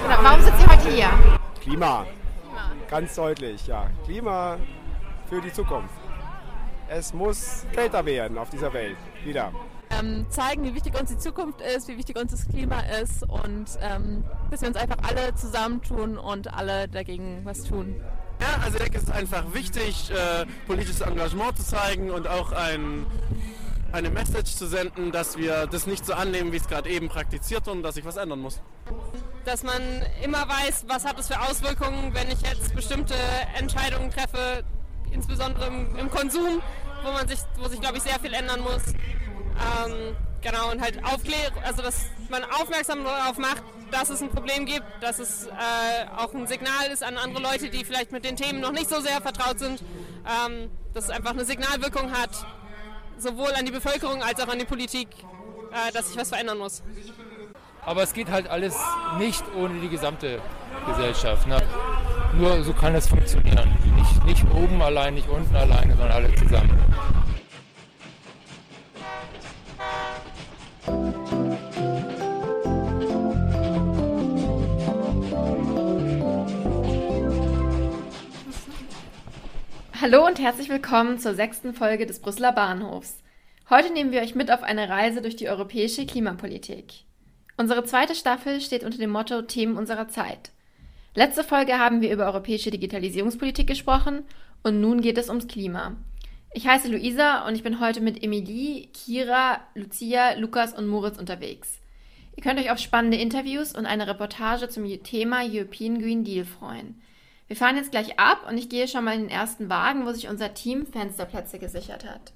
Genau. Warum sind Sie heute hier? Klima. Ganz deutlich, ja. Klima für die Zukunft. Es muss kälter werden auf dieser Welt. Wieder. Zeigen, wie wichtig uns die Zukunft ist, wie wichtig uns das Klima ist und dass wir uns einfach alle zusammentun und alle dagegen was tun. Ja, also ich denke, es ist einfach wichtig, politisches Engagement zu zeigen und auch eine Message zu senden, dass wir das nicht so annehmen, wie es gerade eben praktiziert und dass sich was ändern muss. Dass man immer weiß, was hat es für Auswirkungen, wenn ich jetzt bestimmte Entscheidungen treffe, insbesondere im Konsum, wo sich glaube ich sehr viel ändern muss. Genau, und halt also dass man aufmerksam darauf macht, dass es ein Problem gibt, dass es auch ein Signal ist an andere Leute, die vielleicht mit den Themen noch nicht so sehr vertraut sind, dass es einfach eine Signalwirkung hat, sowohl an die Bevölkerung als auch an die Politik, dass sich was verändern muss. Aber es geht halt alles nicht ohne die gesamte Gesellschaft. Ne? Nur so kann es funktionieren. Nicht oben allein, nicht unten alleine, sondern alle zusammen. Hallo und herzlich willkommen zur 6. Folge des Brüsseler Bahnhofs. Heute nehmen wir euch mit auf eine Reise durch die europäische Klimapolitik. Unsere zweite Staffel steht unter dem Motto Themen unserer Zeit. Letzte Folge haben wir über europäische Digitalisierungspolitik gesprochen und nun geht es ums Klima. Ich heiße Luisa und ich bin heute mit Emilie, Kira, Lucia, Lukas und Moritz unterwegs. Ihr könnt euch auf spannende Interviews und eine Reportage zum Thema European Green Deal freuen. Wir fahren jetzt gleich ab und ich gehe schon mal in den ersten Wagen, wo sich unser Team Fensterplätze gesichert hat.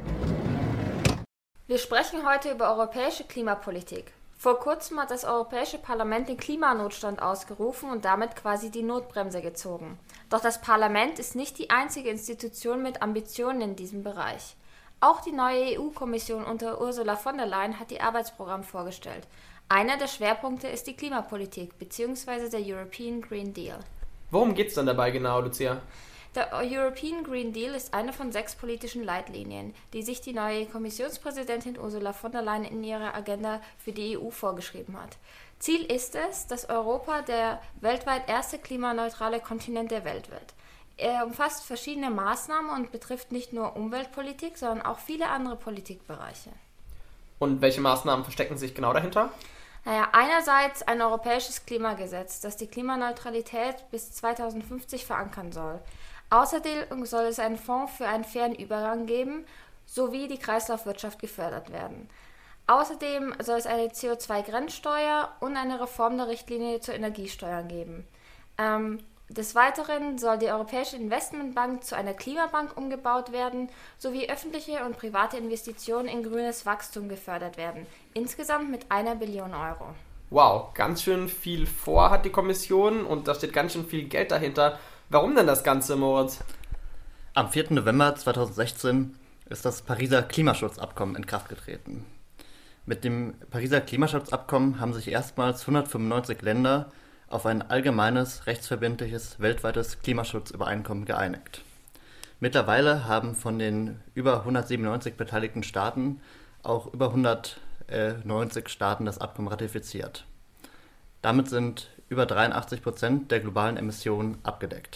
Wir sprechen heute über europäische Klimapolitik. Vor kurzem hat das Europäische Parlament den Klimanotstand ausgerufen und damit quasi die Notbremse gezogen. Doch das Parlament ist nicht die einzige Institution mit Ambitionen in diesem Bereich. Auch die neue EU-Kommission unter Ursula von der Leyen hat ihr Arbeitsprogramm vorgestellt. Einer der Schwerpunkte ist die Klimapolitik bzw. der European Green Deal. Worum geht's dann dabei genau, Lucia? Der European Green Deal ist eine von 6 politischen Leitlinien, die sich die neue Kommissionspräsidentin Ursula von der Leyen in ihrer Agenda für die EU vorgeschrieben hat. Ziel ist es, dass Europa der weltweit erste klimaneutrale Kontinent der Welt wird. Er umfasst verschiedene Maßnahmen und betrifft nicht nur Umweltpolitik, sondern auch viele andere Politikbereiche. Und welche Maßnahmen verstecken sich genau dahinter? Einerseits ein europäisches Klimagesetz, das die Klimaneutralität bis 2050 verankern soll. Außerdem soll es einen Fonds für einen fairen Übergang geben, sowie die Kreislaufwirtschaft gefördert werden. Außerdem soll es eine CO2-Grenzsteuer und eine Reform der Richtlinie zur Energiesteuer geben. Des Weiteren soll die Europäische Investmentbank zu einer Klimabank umgebaut werden, sowie öffentliche und private Investitionen in grünes Wachstum gefördert werden, insgesamt mit 1 Billion Euro. Wow, ganz schön viel vor hat die Kommission und da steht ganz schön viel Geld dahinter. Warum denn das Ganze, Moritz? Am 4. November 2016 ist das Pariser Klimaschutzabkommen in Kraft getreten. Mit dem Pariser Klimaschutzabkommen haben sich erstmals 195 Länder auf ein allgemeines, rechtsverbindliches, weltweites Klimaschutzübereinkommen geeinigt. Mittlerweile haben von den über 197 beteiligten Staaten auch über 190 Staaten das Abkommen ratifiziert. Damit sind über 83% der globalen Emissionen abgedeckt.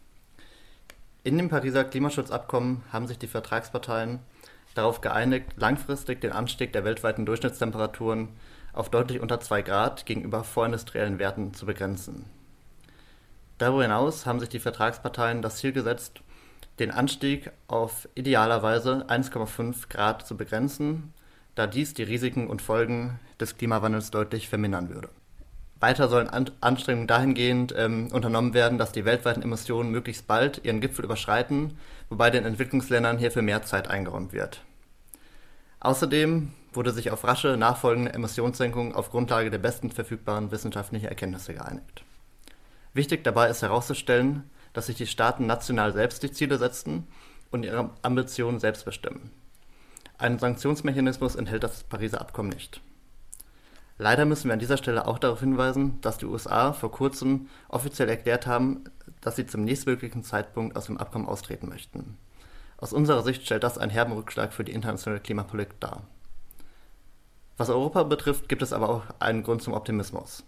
In dem Pariser Klimaschutzabkommen haben sich die Vertragsparteien darauf geeinigt, langfristig den Anstieg der weltweiten Durchschnittstemperaturen auf deutlich unter 2 Grad gegenüber vorindustriellen Werten zu begrenzen. Darüber hinaus haben sich die Vertragsparteien das Ziel gesetzt, den Anstieg auf idealerweise 1,5 Grad zu begrenzen, da dies die Risiken und Folgen des Klimawandels deutlich vermindern würde. Weiter sollen Anstrengungen dahingehend unternommen werden, dass die weltweiten Emissionen möglichst bald ihren Gipfel überschreiten, wobei den Entwicklungsländern hierfür mehr Zeit eingeräumt wird. Außerdem wurde sich auf rasche nachfolgende Emissionssenkungen auf Grundlage der besten verfügbaren wissenschaftlichen Erkenntnisse geeinigt. Wichtig dabei ist herauszustellen, dass sich die Staaten national selbst die Ziele setzen und ihre Ambitionen selbst bestimmen. Einen Sanktionsmechanismus enthält das Pariser Abkommen nicht. Leider müssen wir an dieser Stelle auch darauf hinweisen, dass die USA vor kurzem offiziell erklärt haben, dass sie zum nächstmöglichen Zeitpunkt aus dem Abkommen austreten möchten. Aus unserer Sicht stellt das einen herben Rückschlag für die internationale Klimapolitik dar. Was Europa betrifft, gibt es aber auch einen Grund zum Optimismus.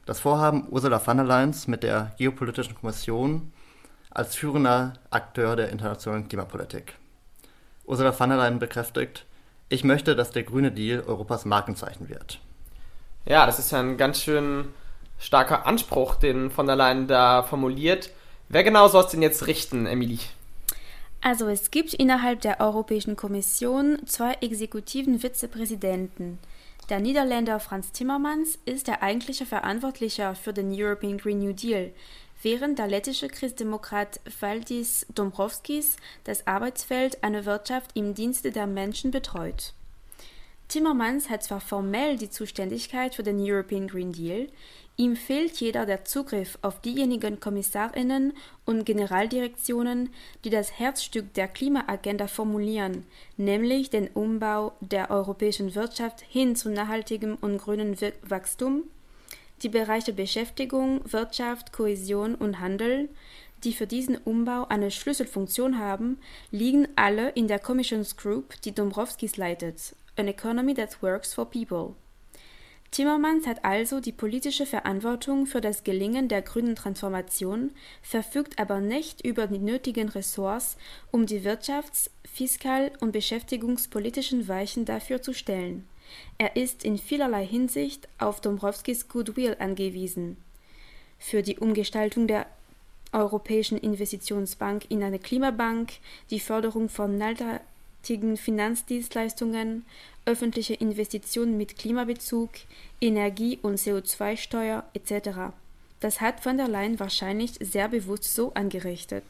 das Vorhaben Ursula von der Leyens mit der Geopolitischen Kommission als führender Akteur der internationalen Klimapolitik. Ursula von der Leyen bekräftigt: Ich möchte, dass der Grüne Deal Europas Markenzeichen wird. Ja, das ist ja ein ganz schön starker Anspruch, den von der Leyen da formuliert. Wer genau soll es denn jetzt richten, Emilie? Also es gibt innerhalb der Europäischen Kommission 2 exekutiven Vizepräsidenten. Der Niederländer Frans Timmermans ist der eigentliche Verantwortliche für den European Green New Deal, während der lettische Christdemokrat Valdis Dombrovskis das Arbeitsfeld einer Wirtschaft im Dienste der Menschen betreut. Timmermans hat zwar formell die Zuständigkeit für den European Green Deal, ihm fehlt jedoch der Zugriff auf diejenigen KommissarInnen und Generaldirektionen, die das Herzstück der Klimaagenda formulieren, nämlich den Umbau der europäischen Wirtschaft hin zu nachhaltigem und grünem Wachstum, die Bereiche Beschäftigung, Wirtschaft, Kohäsion und Handel, die für diesen Umbau eine Schlüsselfunktion haben, liegen alle in der Commissions Group, die Dombrovskis leitet, An Economy that Works for People. Timmermans hat also die politische Verantwortung für das Gelingen der grünen Transformation, verfügt aber nicht über die nötigen Ressorts, um die wirtschafts-, fiskal- und beschäftigungspolitischen Weichen dafür zu stellen. Er ist in vielerlei Hinsicht auf Dombrovskis Goodwill angewiesen. Für die Umgestaltung der Europäischen Investitionsbank in eine Klimabank, die Förderung von nachhaltigen Finanzdienstleistungen, öffentliche Investitionen mit Klimabezug, Energie- und CO2-Steuer etc. Das hat von der Leyen wahrscheinlich sehr bewusst so angerichtet.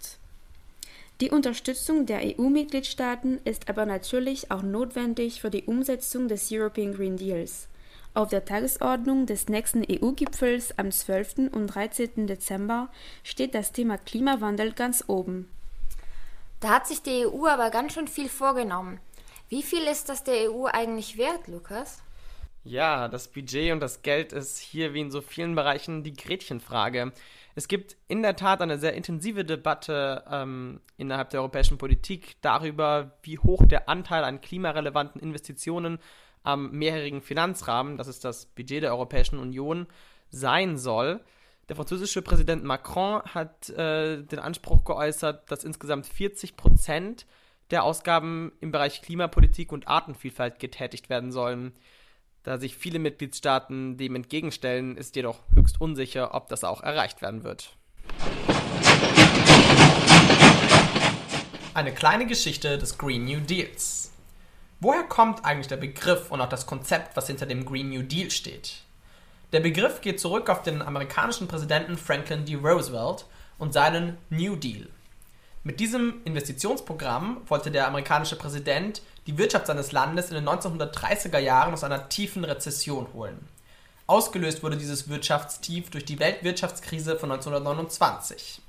Die Unterstützung der EU-Mitgliedstaaten ist aber natürlich auch notwendig für die Umsetzung des European Green Deals. Auf der Tagesordnung des nächsten EU-Gipfels am 12. und 13. Dezember steht das Thema Klimawandel ganz oben. Da hat sich die EU aber ganz schön viel vorgenommen. Wie viel ist das der EU eigentlich wert, Lukas? Ja, das Budget und das Geld ist hier wie in so vielen Bereichen die Gretchenfrage. Es gibt in der Tat eine sehr intensive Debatte innerhalb der europäischen Politik darüber, wie hoch der Anteil an klimarelevanten Investitionen am mehrjährigen Finanzrahmen, das ist das Budget der Europäischen Union, sein soll. Der französische Präsident Macron hat den Anspruch geäußert, dass insgesamt 40% der Ausgaben im Bereich Klimapolitik und Artenvielfalt getätigt werden sollen. Da sich viele Mitgliedstaaten dem entgegenstellen, ist jedoch höchst unsicher, ob das auch erreicht werden wird. Eine kleine Geschichte des Green New Deals. Woher kommt eigentlich der Begriff und auch das Konzept, was hinter dem Green New Deal steht? Der Begriff geht zurück auf den amerikanischen Präsidenten Franklin D. Roosevelt und seinen New Deal. Mit diesem Investitionsprogramm wollte der amerikanische Präsident die Wirtschaft seines Landes in den 1930er Jahren aus einer tiefen Rezession holen. Ausgelöst wurde dieses Wirtschaftstief durch die Weltwirtschaftskrise von 1929.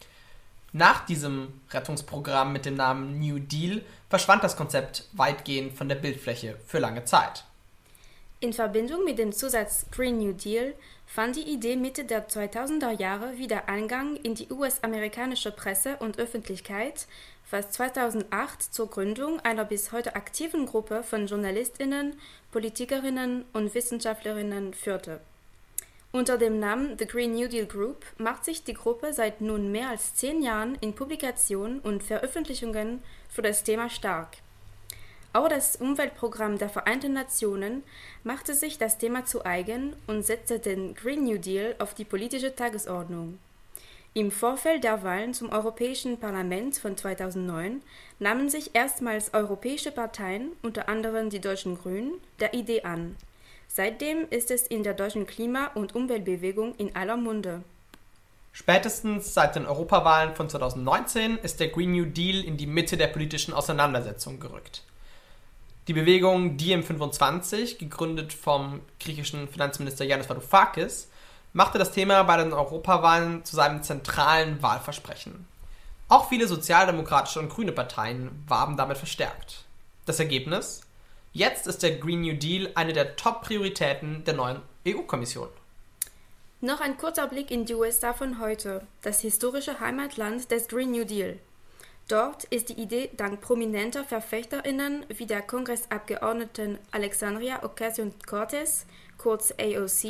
Nach diesem Rettungsprogramm mit dem Namen New Deal verschwand das Konzept weitgehend von der Bildfläche für lange Zeit. In Verbindung mit dem Zusatz Green New Deal fand die Idee Mitte der 2000er Jahre wieder Eingang in die US-amerikanische Presse und Öffentlichkeit, was 2008 zur Gründung einer bis heute aktiven Gruppe von JournalistInnen, Politikerinnen und Wissenschaftlerinnen führte. Unter dem Namen The Green New Deal Group macht sich die Gruppe seit nun mehr als 10 Jahren in Publikationen und Veröffentlichungen für das Thema stark. Auch das Umweltprogramm der Vereinten Nationen machte sich das Thema zu eigen und setzte den Green New Deal auf die politische Tagesordnung. Im Vorfeld der Wahlen zum Europäischen Parlament von 2009 nahmen sich erstmals europäische Parteien, unter anderem die Deutschen Grünen, der Idee an. Seitdem ist es in der deutschen Klima- und Umweltbewegung in aller Munde. Spätestens seit den Europawahlen von 2019 ist der Green New Deal in die Mitte der politischen Auseinandersetzung gerückt. Die Bewegung DiEM25, gegründet vom griechischen Finanzminister Yannis Varoufakis, machte das Thema bei den Europawahlen zu seinem zentralen Wahlversprechen. Auch viele sozialdemokratische und grüne Parteien warben damit verstärkt. Das Ergebnis? Jetzt ist der Green New Deal eine der Top-Prioritäten der neuen EU-Kommission. Noch ein kurzer Blick in die USA von heute, das historische Heimatland des Green New Deal. Dort ist die Idee dank prominenter VerfechterInnen wie der Kongressabgeordneten Alexandria Ocasio-Cortez, kurz AOC,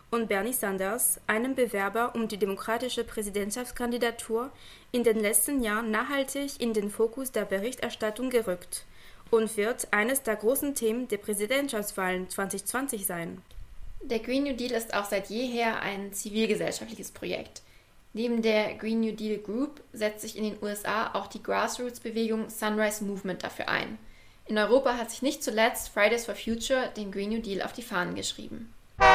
und Bernie Sanders, einem Bewerber um die demokratische Präsidentschaftskandidatur, in den letzten Jahren nachhaltig in den Fokus der Berichterstattung gerückt und wird eines der großen Themen der Präsidentschaftswahlen 2020 sein. Der Green New Deal ist auch seit jeher ein zivilgesellschaftliches Projekt. Neben der Green New Deal Group setzt sich in den USA auch die Grassroots-Bewegung Sunrise Movement dafür ein. In Europa hat sich nicht zuletzt Fridays for Future den Green New Deal auf die Fahnen geschrieben.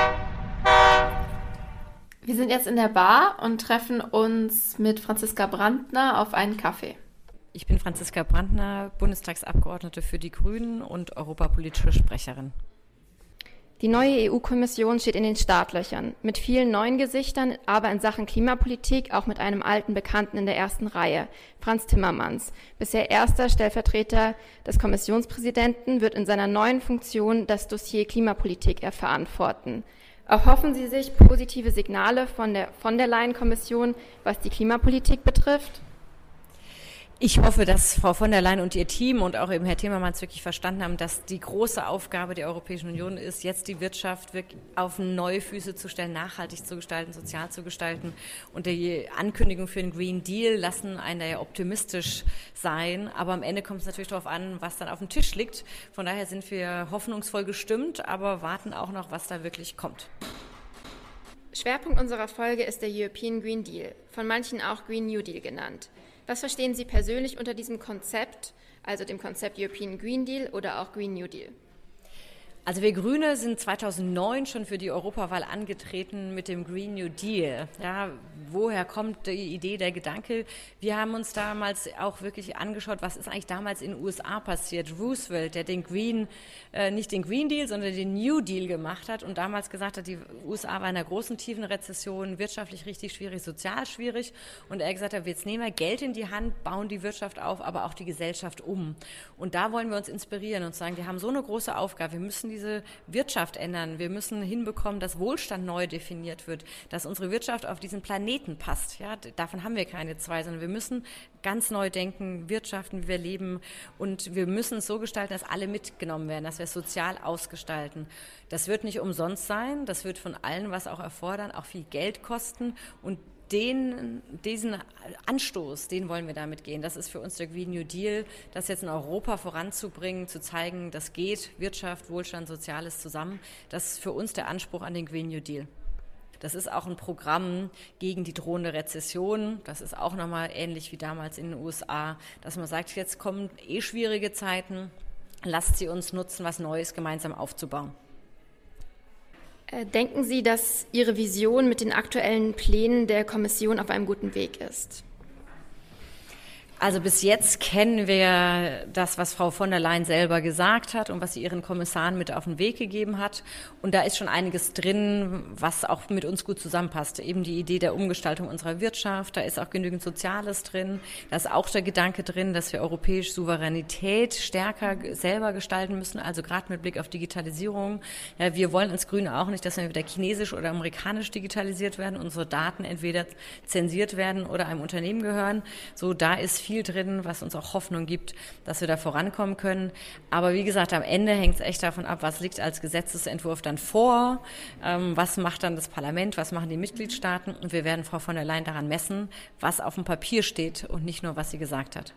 Wir sind jetzt in der Bar und treffen uns mit Franziska Brandner auf einen Kaffee. Ich bin Franziska Brandner, Bundestagsabgeordnete für die Grünen und europapolitische Sprecherin. Die neue EU-Kommission steht in den Startlöchern, mit vielen neuen Gesichtern, aber in Sachen Klimapolitik auch mit einem alten Bekannten in der ersten Reihe, Frans Timmermans. Bisher erster Stellvertreter des Kommissionspräsidenten wird in seiner neuen Funktion das Dossier Klimapolitik verantworten. Erhoffen Sie sich positive Signale von der Leyen-Kommission, was die Klimapolitik betrifft? Ich hoffe, dass Frau von der Leyen und ihr Team und auch eben Herr Timmermans wirklich verstanden haben, dass die große Aufgabe der Europäischen Union ist, jetzt die Wirtschaft wirklich auf neue Füße zu stellen, nachhaltig zu gestalten, sozial zu gestalten. Und die Ankündigung für den Green Deal lassen einen da ja optimistisch sein. Aber am Ende kommt es natürlich darauf an, was dann auf dem Tisch liegt. Von daher sind wir hoffnungsvoll gestimmt, aber warten auch noch, was da wirklich kommt. Schwerpunkt unserer Folge ist der European Green Deal, von manchen auch Green New Deal genannt. Was verstehen Sie persönlich unter diesem Konzept, also dem Konzept European Green Deal oder auch Green New Deal? Also wir Grüne sind 2009 schon für die Europawahl angetreten mit dem Green New Deal. Ja, woher kommt die Idee, der Gedanke? Wir haben uns damals auch wirklich angeschaut, was ist eigentlich damals in den USA passiert. Roosevelt, der nicht den Green Deal, sondern den New Deal gemacht hat und damals gesagt hat, die USA war in einer großen, tiefen Rezession, wirtschaftlich richtig schwierig, sozial schwierig. Und er gesagt hat, jetzt nehmen wir Geld in die Hand, bauen die Wirtschaft auf, aber auch die Gesellschaft um. Und da wollen wir uns inspirieren und sagen, wir haben so eine große Aufgabe, wir müssen diese Wirtschaft ändern. Wir müssen hinbekommen, dass Wohlstand neu definiert wird, dass unsere Wirtschaft auf diesen Planeten passt. Ja, davon haben wir keine zwei, sondern wir müssen ganz neu denken, wirtschaften, wie wir leben und wir müssen es so gestalten, dass alle mitgenommen werden, dass wir es sozial ausgestalten. Das wird nicht umsonst sein, das wird von allen was auch erfordern, auch viel Geld kosten und diesen Anstoß, den wollen wir damit gehen. Das ist für uns der Green New Deal, das jetzt in Europa voranzubringen, zu zeigen, das geht, Wirtschaft, Wohlstand, Soziales zusammen. Das ist für uns der Anspruch an den Green New Deal. Das ist auch ein Programm gegen die drohende Rezession. Das ist auch nochmal ähnlich wie damals in den USA, dass man sagt, jetzt kommen schwierige Zeiten, lasst sie uns nutzen, was Neues gemeinsam aufzubauen. Denken Sie, dass Ihre Vision mit den aktuellen Plänen der Kommission auf einem guten Weg ist? Also bis jetzt kennen wir das, was Frau von der Leyen selber gesagt hat und was sie ihren Kommissaren mit auf den Weg gegeben hat. Und da ist schon einiges drin, was auch mit uns gut zusammenpasst. Eben die Idee der Umgestaltung unserer Wirtschaft, da ist auch genügend Soziales drin. Da ist auch der Gedanke drin, dass wir europäische Souveränität stärker selber gestalten müssen, also gerade mit Blick auf Digitalisierung. Ja, wir wollen als Grüne auch nicht, dass wir wieder chinesisch oder amerikanisch digitalisiert werden, unsere Daten entweder zensiert werden oder einem Unternehmen gehören. So, da ist viel drin, was uns auch Hoffnung gibt, dass wir da vorankommen können. Aber wie gesagt, am Ende hängt es echt davon ab, was liegt als Gesetzesentwurf dann vor, was macht dann das Parlament, was machen die Mitgliedstaaten und wir werden Frau von der Leyen daran messen, was auf dem Papier steht und nicht nur, was sie gesagt hat.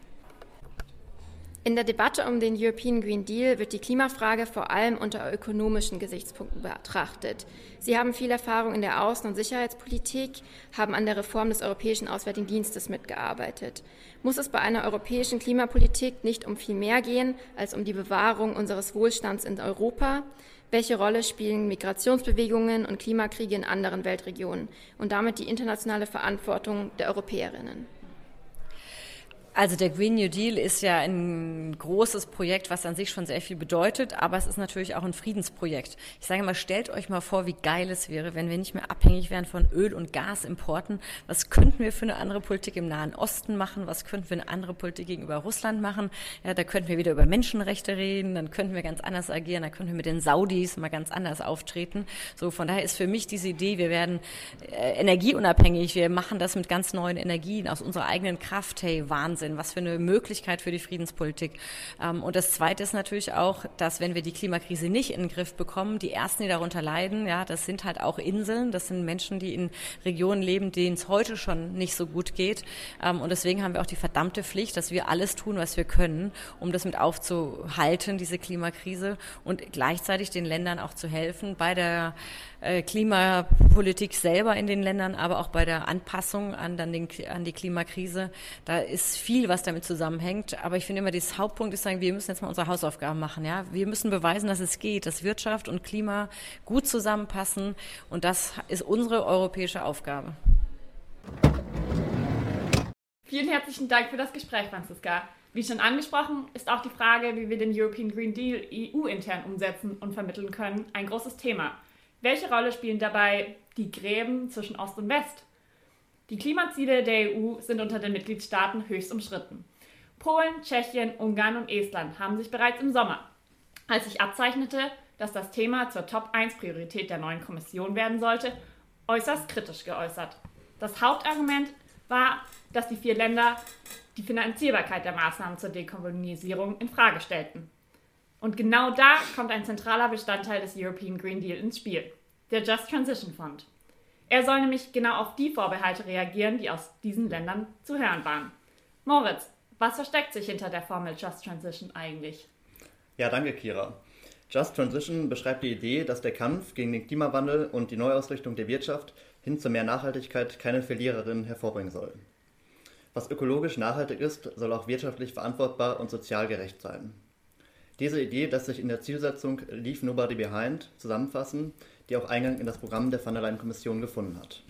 In der Debatte um den European Green Deal wird die Klimafrage vor allem unter ökonomischen Gesichtspunkten betrachtet. Sie haben viel Erfahrung in der Außen- und Sicherheitspolitik, haben an der Reform des Europäischen Auswärtigen Dienstes mitgearbeitet. Muss es bei einer europäischen Klimapolitik nicht um viel mehr gehen, als um die Bewahrung unseres Wohlstands in Europa? Welche Rolle spielen Migrationsbewegungen und Klimakriege in anderen Weltregionen und damit die internationale Verantwortung der Europäerinnen? Also der Green New Deal ist ja ein großes Projekt, was an sich schon sehr viel bedeutet, aber es ist natürlich auch ein Friedensprojekt. Ich sage mal, stellt euch mal vor, wie geil es wäre, wenn wir nicht mehr abhängig wären von Öl- und Gasimporten. Was könnten wir für eine andere Politik im Nahen Osten machen? Was könnten wir eine andere Politik gegenüber Russland machen? Ja, da könnten wir wieder über Menschenrechte reden, dann könnten wir ganz anders agieren, da könnten wir mit den Saudis mal ganz anders auftreten. So, von daher ist für mich diese Idee, wir werden energieunabhängig, wir machen das mit ganz neuen Energien aus unserer eigenen Kraft, hey, Wahnsinn. denn? Was für eine Möglichkeit für die Friedenspolitik? Und das Zweite ist natürlich auch, dass wenn wir die Klimakrise nicht in den Griff bekommen, die Ersten, die darunter leiden, ja, das sind halt auch Inseln, das sind Menschen, die in Regionen leben, denen es heute schon nicht so gut geht. Und deswegen haben wir auch die verdammte Pflicht, dass wir alles tun, was wir können, um das mit aufzuhalten, diese Klimakrise, und gleichzeitig den Ländern auch zu helfen bei der Klimapolitik selber in den Ländern, aber auch bei der Anpassung an die Klimakrise. Da ist viel, was damit zusammenhängt. Aber ich finde immer, das Hauptpunkt ist, wir müssen jetzt mal unsere Hausaufgaben machen. Ja? Wir müssen beweisen, dass es geht, dass Wirtschaft und Klima gut zusammenpassen. Und das ist unsere europäische Aufgabe. Vielen herzlichen Dank für das Gespräch, Franziska. Wie schon angesprochen, ist auch die Frage, wie wir den European Green Deal EU-intern umsetzen und vermitteln können, ein großes Thema. Welche Rolle spielen dabei die Gräben zwischen Ost und West? Die Klimaziele der EU sind unter den Mitgliedstaaten höchst umstritten. Polen, Tschechien, Ungarn und Estland haben sich bereits im Sommer, als sich abzeichnete, dass das Thema zur Top-1-Priorität der neuen Kommission werden sollte, äußerst kritisch geäußert. Das Hauptargument war, dass die 4 Länder die Finanzierbarkeit der Maßnahmen zur Dekarbonisierung in Frage stellten. Und genau da kommt ein zentraler Bestandteil des European Green Deal ins Spiel, der Just Transition Fund. Er soll nämlich genau auf die Vorbehalte reagieren, die aus diesen Ländern zu hören waren. Moritz, was versteckt sich hinter der Formel Just Transition eigentlich? Ja, danke, Kira. Just Transition beschreibt die Idee, dass der Kampf gegen den Klimawandel und die Neuausrichtung der Wirtschaft hin zu mehr Nachhaltigkeit keine Verliererin hervorbringen soll. Was ökologisch nachhaltig ist, soll auch wirtschaftlich verantwortbar und sozial gerecht sein. Diese Idee lässt sich in der Zielsetzung Leave Nobody Behind zusammenfassen, die auch Eingang in das Programm der von der Leyen-Kommission gefunden hat.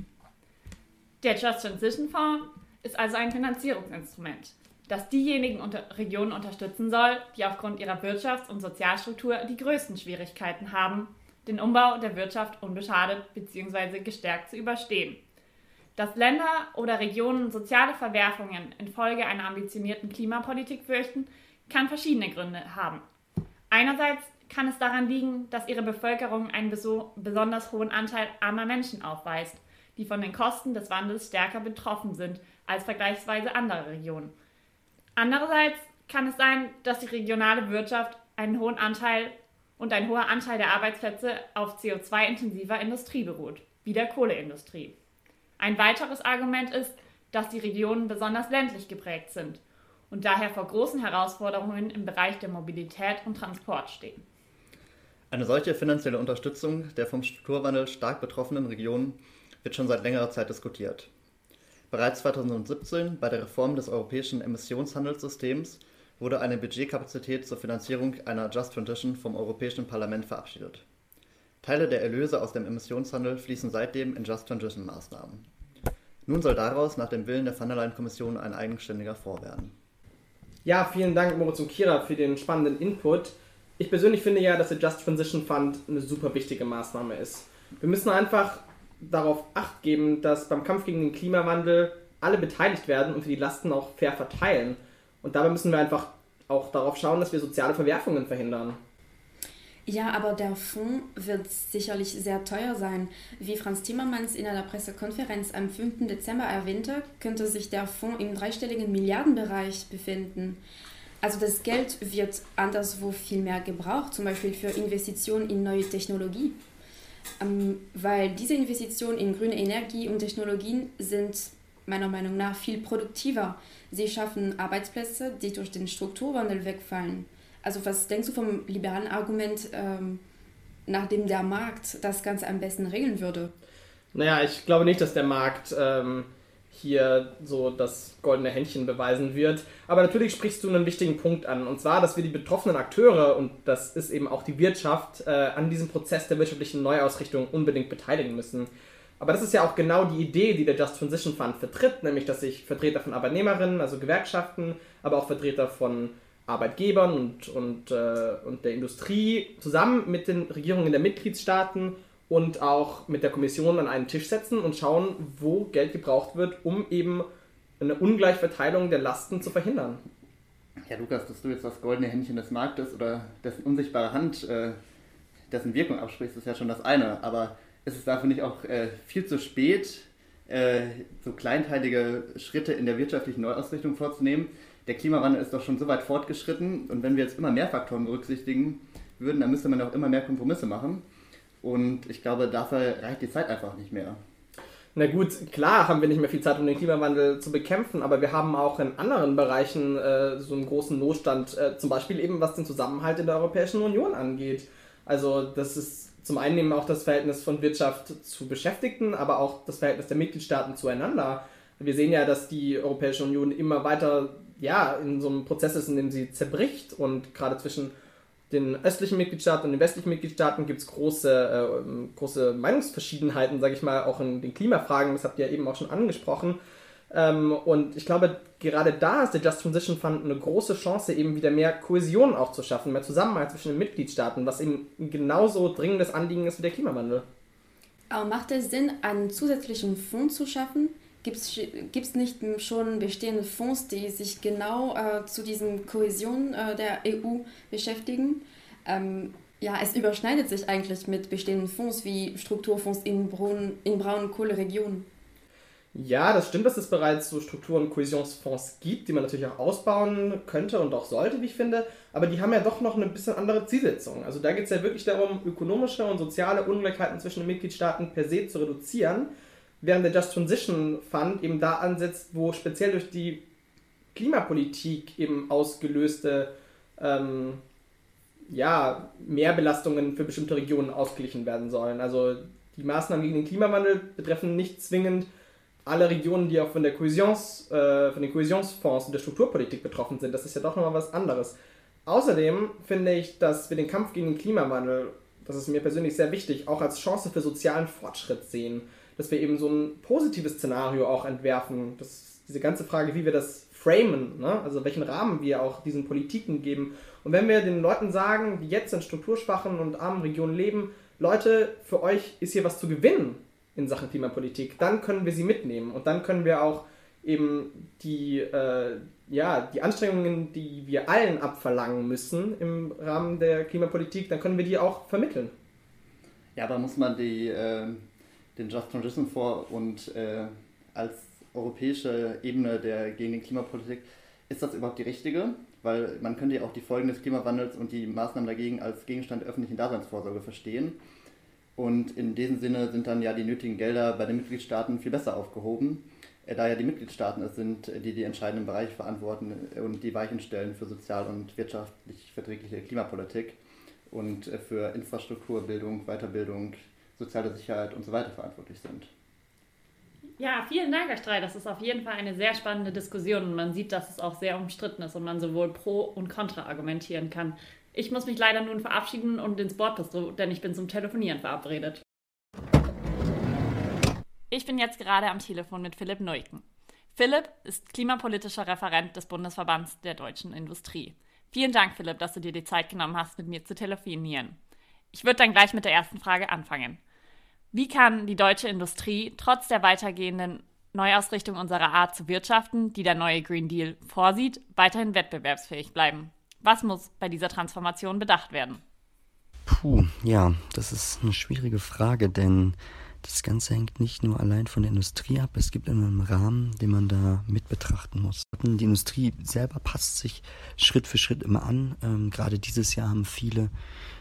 Der Just Transition Fonds ist also ein Finanzierungsinstrument, das diejenigen Regionen unterstützen soll, die aufgrund ihrer Wirtschafts- und Sozialstruktur die größten Schwierigkeiten haben, den Umbau der Wirtschaft unbeschadet bzw. gestärkt zu überstehen. Dass Länder oder Regionen soziale Verwerfungen infolge einer ambitionierten Klimapolitik fürchten, kann verschiedene Gründe haben. Einerseits kann es daran liegen, dass ihre Bevölkerung einen besonders hohen Anteil armer Menschen aufweist, die von den Kosten des Wandels stärker betroffen sind als vergleichsweise andere Regionen. Andererseits kann es sein, dass die regionale Wirtschaft einen hohen Anteil und ein hoher Anteil der Arbeitsplätze auf CO2-intensiver Industrie beruht, wie der Kohleindustrie. Ein weiteres Argument ist, dass die Regionen besonders ländlich geprägt sind und daher vor großen Herausforderungen im Bereich der Mobilität und Transport stehen. Eine solche finanzielle Unterstützung der vom Strukturwandel stark betroffenen Regionen wird schon seit längerer Zeit diskutiert. Bereits 2017 bei der Reform des europäischen Emissionshandelssystems wurde eine Budgetkapazität zur Finanzierung einer Just Transition vom Europäischen Parlament verabschiedet. Teile der Erlöse aus dem Emissionshandel fließen seitdem in Just Transition Maßnahmen. Nun soll daraus nach dem Willen der von der Leyen-Kommission ein eigenständiger Fonds werden. Ja, vielen Dank Moritz und Kira für den spannenden Input. Ich persönlich finde ja, dass der Just Transition Fund eine super wichtige Maßnahme ist. Wir müssen einfach darauf Acht geben, dass beim Kampf gegen den Klimawandel alle beteiligt werden und wir die Lasten auch fair verteilen. Und dabei müssen wir einfach auch darauf schauen, dass wir soziale Verwerfungen verhindern. Ja, aber der Fonds wird sicherlich sehr teuer sein. Wie Frans Timmermans in einer Pressekonferenz am 5. Dezember erwähnte, könnte sich der Fonds im dreistelligen Milliardenbereich befinden. Also das Geld wird anderswo viel mehr gebraucht, zum Beispiel für Investitionen in neue Technologie. Weil diese Investitionen in grüne Energie und Technologien sind meiner Meinung nach viel produktiver. Sie schaffen Arbeitsplätze, die durch den Strukturwandel wegfallen. Also was denkst du vom liberalen Argument, nachdem der Markt das Ganze am besten regeln würde? Naja, ich glaube nicht, dass der Markt hier so das goldene Händchen beweisen wird. Aber natürlich sprichst du einen wichtigen Punkt an. Und zwar, dass wir die betroffenen Akteure, und das ist eben auch die Wirtschaft, an diesem Prozess der wirtschaftlichen Neuausrichtung unbedingt beteiligen müssen. Aber das ist ja auch genau die Idee, die der Just Transition Fund vertritt, nämlich dass sich Vertreter von Arbeitnehmerinnen, also Gewerkschaften, aber auch Vertreter von Arbeitgebern und der Industrie zusammen mit den Regierungen der Mitgliedstaaten und auch mit der Kommission an einen Tisch setzen und schauen, wo Geld gebraucht wird, um eben eine Ungleichverteilung der Lasten zu verhindern. Ja, Lukas, dass du jetzt das goldene Händchen des Marktes oder dessen unsichtbare Hand, dessen Wirkung absprichst, ist ja schon das eine. Aber ist es dafür nicht auch viel zu spät, so kleinteilige Schritte in der wirtschaftlichen Neuausrichtung vorzunehmen? der Klimawandel ist doch schon so weit fortgeschritten und wenn wir jetzt immer mehr Faktoren berücksichtigen würden, dann müsste man auch immer mehr Kompromisse machen. Und ich glaube, dafür reicht die Zeit einfach nicht mehr. Na gut, klar haben wir nicht mehr viel Zeit, um den Klimawandel zu bekämpfen, aber wir haben auch in anderen Bereichen so einen großen Notstand, zum Beispiel eben was den Zusammenhalt in der Europäischen Union angeht. Also das ist zum einen eben auch das Verhältnis von Wirtschaft zu Beschäftigten, aber auch das Verhältnis der Mitgliedstaaten zueinander. Wir sehen ja, dass die Europäische Union immer weiter in so einem Prozess ist, in dem sie zerbricht, und gerade zwischen den östlichen Mitgliedstaaten und den westlichen Mitgliedstaaten gibt es große Meinungsverschiedenheiten, sage ich mal, auch in den Klimafragen, das habt ihr ja eben auch schon angesprochen. Und ich glaube, gerade da ist der Just Transition Fund eine große Chance, eben wieder mehr Kohäsion auch zu schaffen, mehr Zusammenhalt zwischen den Mitgliedstaaten, was eben ein genauso dringendes Anliegen ist wie der Klimawandel. Aber macht es Sinn, einen zusätzlichen Fonds zu schaffen? Gibt es nicht schon bestehende Fonds, die sich genau zu diesen Kohäsion der EU beschäftigen? Es überschneidet sich eigentlich mit bestehenden Fonds wie Strukturfonds in Braunkohleregionen. Ja, das stimmt, dass es bereits so Struktur- und Kohäsionsfonds gibt, die man natürlich auch ausbauen könnte und auch sollte, wie ich finde, aber die haben ja doch noch eine bisschen andere Zielsetzung. Also da geht es ja wirklich darum, ökonomische und soziale Ungleichheiten zwischen den Mitgliedstaaten per se zu reduzieren, während der Just Transition Fund eben da ansetzt, wo speziell durch die Klimapolitik eben ausgelöste Mehrbelastungen für bestimmte Regionen ausgeglichen werden sollen. Also die Maßnahmen gegen den Klimawandel betreffen nicht zwingend alle Regionen, die auch von den Kohäsionsfonds und der Strukturpolitik betroffen sind. Das ist ja doch nochmal was anderes. Außerdem finde ich, dass wir den Kampf gegen den Klimawandel, das ist mir persönlich sehr wichtig, auch als Chance für sozialen Fortschritt sehen. Dass wir eben so ein positives Szenario auch entwerfen. Diese ganze Frage, wie wir das framen, ne? Also welchen Rahmen wir auch diesen Politiken geben. Und wenn wir den Leuten sagen, die jetzt in strukturschwachen und armen Regionen leben, Leute, für euch ist hier was zu gewinnen in Sachen Klimapolitik, dann können wir sie mitnehmen. Und dann können wir auch eben die Anstrengungen, die wir allen abverlangen müssen im Rahmen der Klimapolitik, dann können wir die auch vermitteln. Ja, aber muss man den Just Transition Fonds und als europäische Ebene gegen die Klimapolitik, ist das überhaupt die richtige? Weil man könnte ja auch die Folgen des Klimawandels und die Maßnahmen dagegen als Gegenstand der öffentlichen Daseinsvorsorge verstehen. Und in diesem Sinne sind dann ja die nötigen Gelder bei den Mitgliedstaaten viel besser aufgehoben, da ja die Mitgliedstaaten es sind, die die entscheidenden Bereiche verantworten und die Weichen stellen für sozial und wirtschaftlich verträgliche Klimapolitik und für Infrastruktur, Bildung, Weiterbildung, soziale Sicherheit und so weiter verantwortlich sind. Ja, vielen Dank, Herr Streit. Das ist auf jeden Fall eine sehr spannende Diskussion und man sieht, dass es auch sehr umstritten ist und man sowohl pro und contra argumentieren kann. Ich muss mich leider nun verabschieden und ins Bordbistro, denn ich bin zum Telefonieren verabredet. Ich bin jetzt gerade am Telefon mit Philipp Neuken. Philipp ist klimapolitischer Referent des Bundesverbands der deutschen Industrie. Vielen Dank, Philipp, dass du dir die Zeit genommen hast, mit mir zu telefonieren. Ich würde dann gleich mit der ersten Frage anfangen. Wie kann die deutsche Industrie trotz der weitergehenden Neuausrichtung unserer Art zu wirtschaften, die der neue Green Deal vorsieht, weiterhin wettbewerbsfähig bleiben? Was muss bei dieser Transformation bedacht werden? Das ist eine schwierige Frage, denn das Ganze hängt nicht nur allein von der Industrie ab, es gibt immer einen Rahmen, den man da mit betrachten muss. Die Industrie selber passt sich Schritt für Schritt immer an. Gerade dieses Jahr haben viele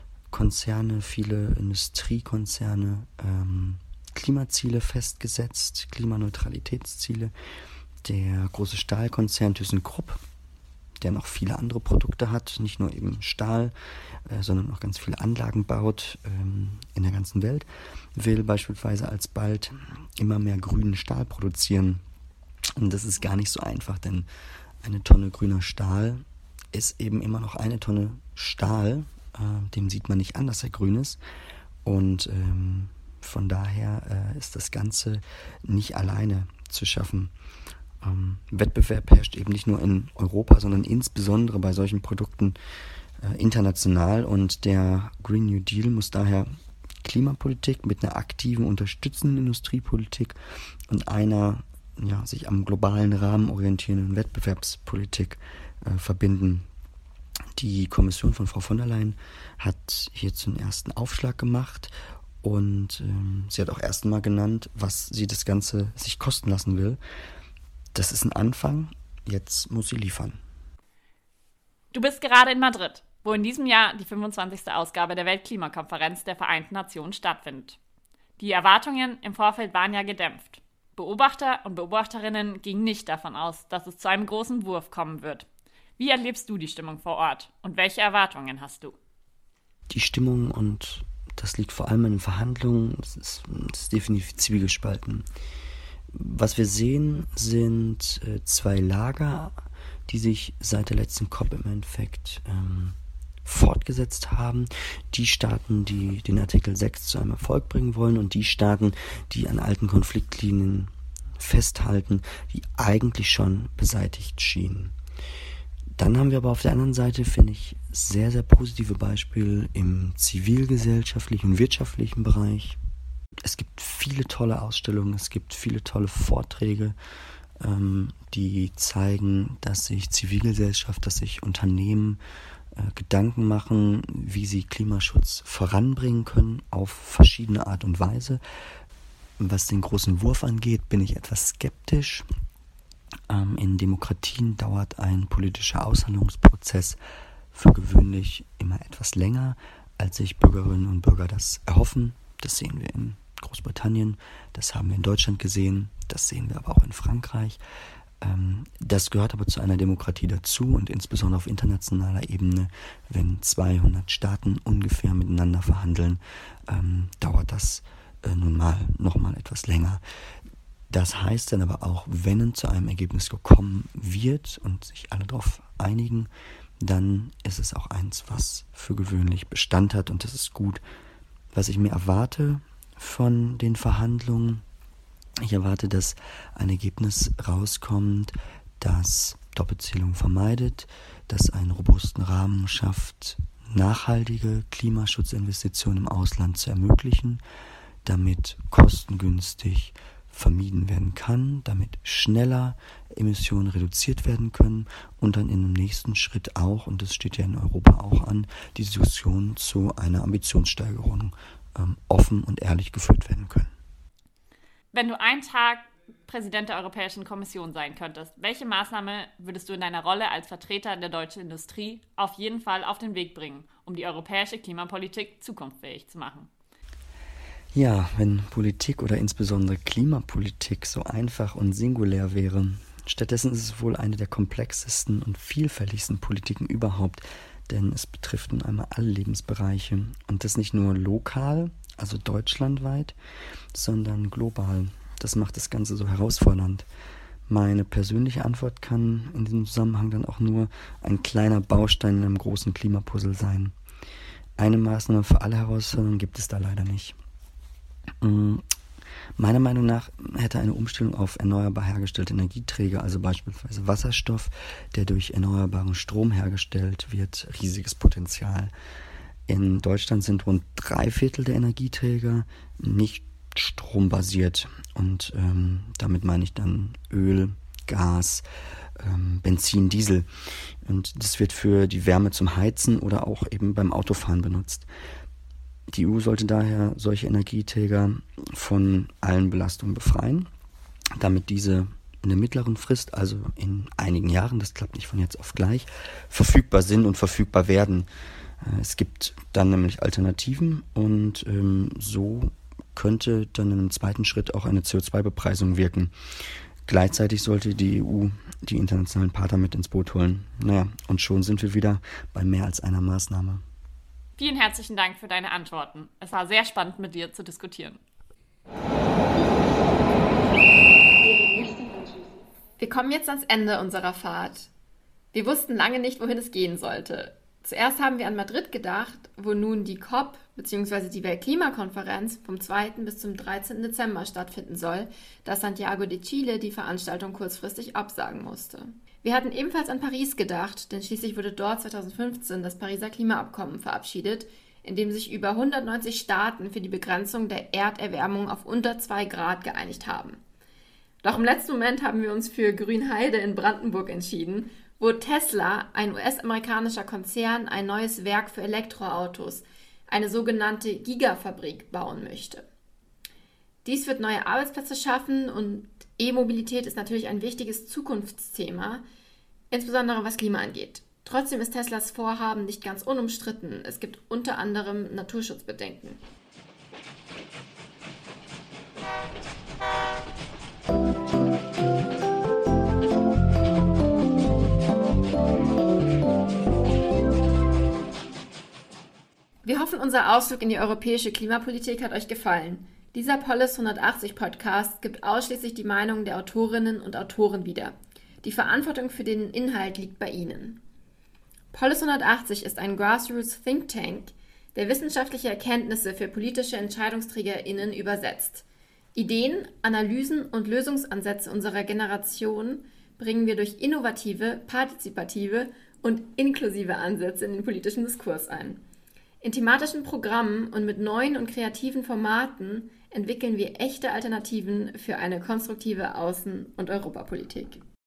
Industriekonzerne Klimaziele festgesetzt, Klimaneutralitätsziele. Der große Stahlkonzern ThyssenKrupp, der noch viele andere Produkte hat, nicht nur eben Stahl, sondern auch ganz viele Anlagen baut in der ganzen Welt, will beispielsweise alsbald immer mehr grünen Stahl produzieren. Und das ist gar nicht so einfach, denn eine Tonne grüner Stahl ist eben immer noch eine Tonne Stahl. Dem sieht man nicht an, dass er grün ist. Und von daher ist das Ganze nicht alleine zu schaffen. Wettbewerb herrscht eben nicht nur in Europa, sondern insbesondere bei solchen Produkten international. Und der Green New Deal muss daher Klimapolitik mit einer aktiven, unterstützenden Industriepolitik und einer sich am globalen Rahmen orientierenden Wettbewerbspolitik verbinden. Die Kommission von Frau von der Leyen hat hierzu einen ersten Aufschlag gemacht und sie hat auch erst einmal genannt, was sie das Ganze sich kosten lassen will. Das ist ein Anfang, jetzt muss sie liefern. Du bist gerade in Madrid, wo in diesem Jahr die 25. Ausgabe der Weltklimakonferenz der Vereinten Nationen stattfindet. Die Erwartungen im Vorfeld waren ja gedämpft. Beobachter und Beobachterinnen gingen nicht davon aus, dass es zu einem großen Wurf kommen wird. Wie erlebst du die Stimmung vor Ort und welche Erwartungen hast du? Die Stimmung, und das liegt vor allem in den Verhandlungen, das ist definitiv zwiegespalten. Was wir sehen, sind zwei Lager, die sich seit der letzten COP im Endeffekt fortgesetzt haben. Die Staaten, die den Artikel 6 zu einem Erfolg bringen wollen, und die Staaten, die an alten Konfliktlinien festhalten, die eigentlich schon beseitigt schienen. Dann haben wir aber auf der anderen Seite, finde ich, sehr, sehr positive Beispiele im zivilgesellschaftlichen und wirtschaftlichen Bereich. Es gibt viele tolle Ausstellungen, es gibt viele tolle Vorträge, die zeigen, dass sich Zivilgesellschaft, dass sich Unternehmen Gedanken machen, wie sie Klimaschutz voranbringen können, auf verschiedene Art und Weise. Was den großen Wurf angeht, bin ich etwas skeptisch. In Demokratien dauert ein politischer Aushandlungsprozess für gewöhnlich immer etwas länger, als sich Bürgerinnen und Bürger das erhoffen. Das sehen wir in Großbritannien, das haben wir in Deutschland gesehen, das sehen wir aber auch in Frankreich. Das gehört aber zu einer Demokratie dazu, und insbesondere auf internationaler Ebene, wenn 200 Staaten ungefähr miteinander verhandeln, dauert das nun mal nochmal etwas länger. Das heißt dann aber auch, wenn zu einem Ergebnis gekommen wird und sich alle darauf einigen, dann ist es auch eins, was für gewöhnlich Bestand hat, und das ist gut. Was ich mir erwarte von den Verhandlungen, ich erwarte, dass ein Ergebnis rauskommt, das Doppelzählung vermeidet, das einen robusten Rahmen schafft, nachhaltige Klimaschutzinvestitionen im Ausland zu ermöglichen, damit kostengünstig vermieden werden kann, damit schneller Emissionen reduziert werden können und dann in einem nächsten Schritt auch, und das steht ja in Europa auch an, die Diskussion zu einer Ambitionssteigerung offen und ehrlich geführt werden können. Wenn du einen Tag Präsident der Europäischen Kommission sein könntest, welche Maßnahme würdest du in deiner Rolle als Vertreter der deutschen Industrie auf jeden Fall auf den Weg bringen, um die europäische Klimapolitik zukunftsfähig zu machen? Ja, wenn Politik oder insbesondere Klimapolitik so einfach und singulär wäre. Stattdessen ist es wohl eine der komplexesten und vielfältigsten Politiken überhaupt, denn es betrifft nun einmal alle Lebensbereiche, und das nicht nur lokal, also deutschlandweit, sondern global. Das macht das Ganze so herausfordernd. Meine persönliche Antwort kann in diesem Zusammenhang dann auch nur ein kleiner Baustein in einem großen Klimapuzzle sein. Eine Maßnahme für alle Herausforderungen gibt es da leider nicht. Meiner Meinung nach hätte eine Umstellung auf erneuerbar hergestellte Energieträger, also beispielsweise Wasserstoff, der durch erneuerbaren Strom hergestellt wird, riesiges Potenzial. In Deutschland sind rund 3/4 der Energieträger nicht strombasiert, und damit meine ich dann Öl, Gas, Benzin, Diesel, und das wird für die Wärme zum Heizen oder auch eben beim Autofahren benutzt. Die EU sollte daher solche Energieträger von allen Belastungen befreien, damit diese in der mittleren Frist, also in einigen Jahren, das klappt nicht von jetzt auf gleich, verfügbar sind und verfügbar werden. Es gibt dann nämlich Alternativen, und so könnte dann in einem zweiten Schritt auch eine CO2-Bepreisung wirken. Gleichzeitig sollte die EU die internationalen Partner mit ins Boot holen. Und schon sind wir wieder bei mehr als einer Maßnahme. Vielen herzlichen Dank für deine Antworten. Es war sehr spannend, mit dir zu diskutieren. Wir kommen jetzt ans Ende unserer Fahrt. Wir wussten lange nicht, wohin es gehen sollte. Zuerst haben wir an Madrid gedacht, wo nun die COP bzw. die Weltklimakonferenz vom 2. bis zum 13. Dezember stattfinden soll, da Santiago de Chile die Veranstaltung kurzfristig absagen musste. Wir hatten ebenfalls an Paris gedacht, denn schließlich wurde dort 2015 das Pariser Klimaabkommen verabschiedet, in dem sich über 190 Staaten für die Begrenzung der Erderwärmung auf unter 2 Grad geeinigt haben. Doch im letzten Moment haben wir uns für Grünheide in Brandenburg entschieden, wo Tesla, ein US-amerikanischer Konzern, ein neues Werk für Elektroautos, eine sogenannte Gigafabrik, bauen möchte. Dies wird neue Arbeitsplätze schaffen, und E-Mobilität ist natürlich ein wichtiges Zukunftsthema, insbesondere was Klima angeht. Trotzdem ist Teslas Vorhaben nicht ganz unumstritten. Es gibt unter anderem Naturschutzbedenken. Wir hoffen, unser Ausflug in die europäische Klimapolitik hat euch gefallen. Dieser Polis 180 Podcast gibt ausschließlich die Meinungen der Autorinnen und Autoren wieder. Die Verantwortung für den Inhalt liegt bei ihnen. Polis 180 ist ein Grassroots Think Tank, der wissenschaftliche Erkenntnisse für politische EntscheidungsträgerInnen übersetzt. Ideen, Analysen und Lösungsansätze unserer Generation bringen wir durch innovative, partizipative und inklusive Ansätze in den politischen Diskurs ein. In thematischen Programmen und mit neuen und kreativen Formaten entwickeln wir echte Alternativen für eine konstruktive Außen- und Europapolitik.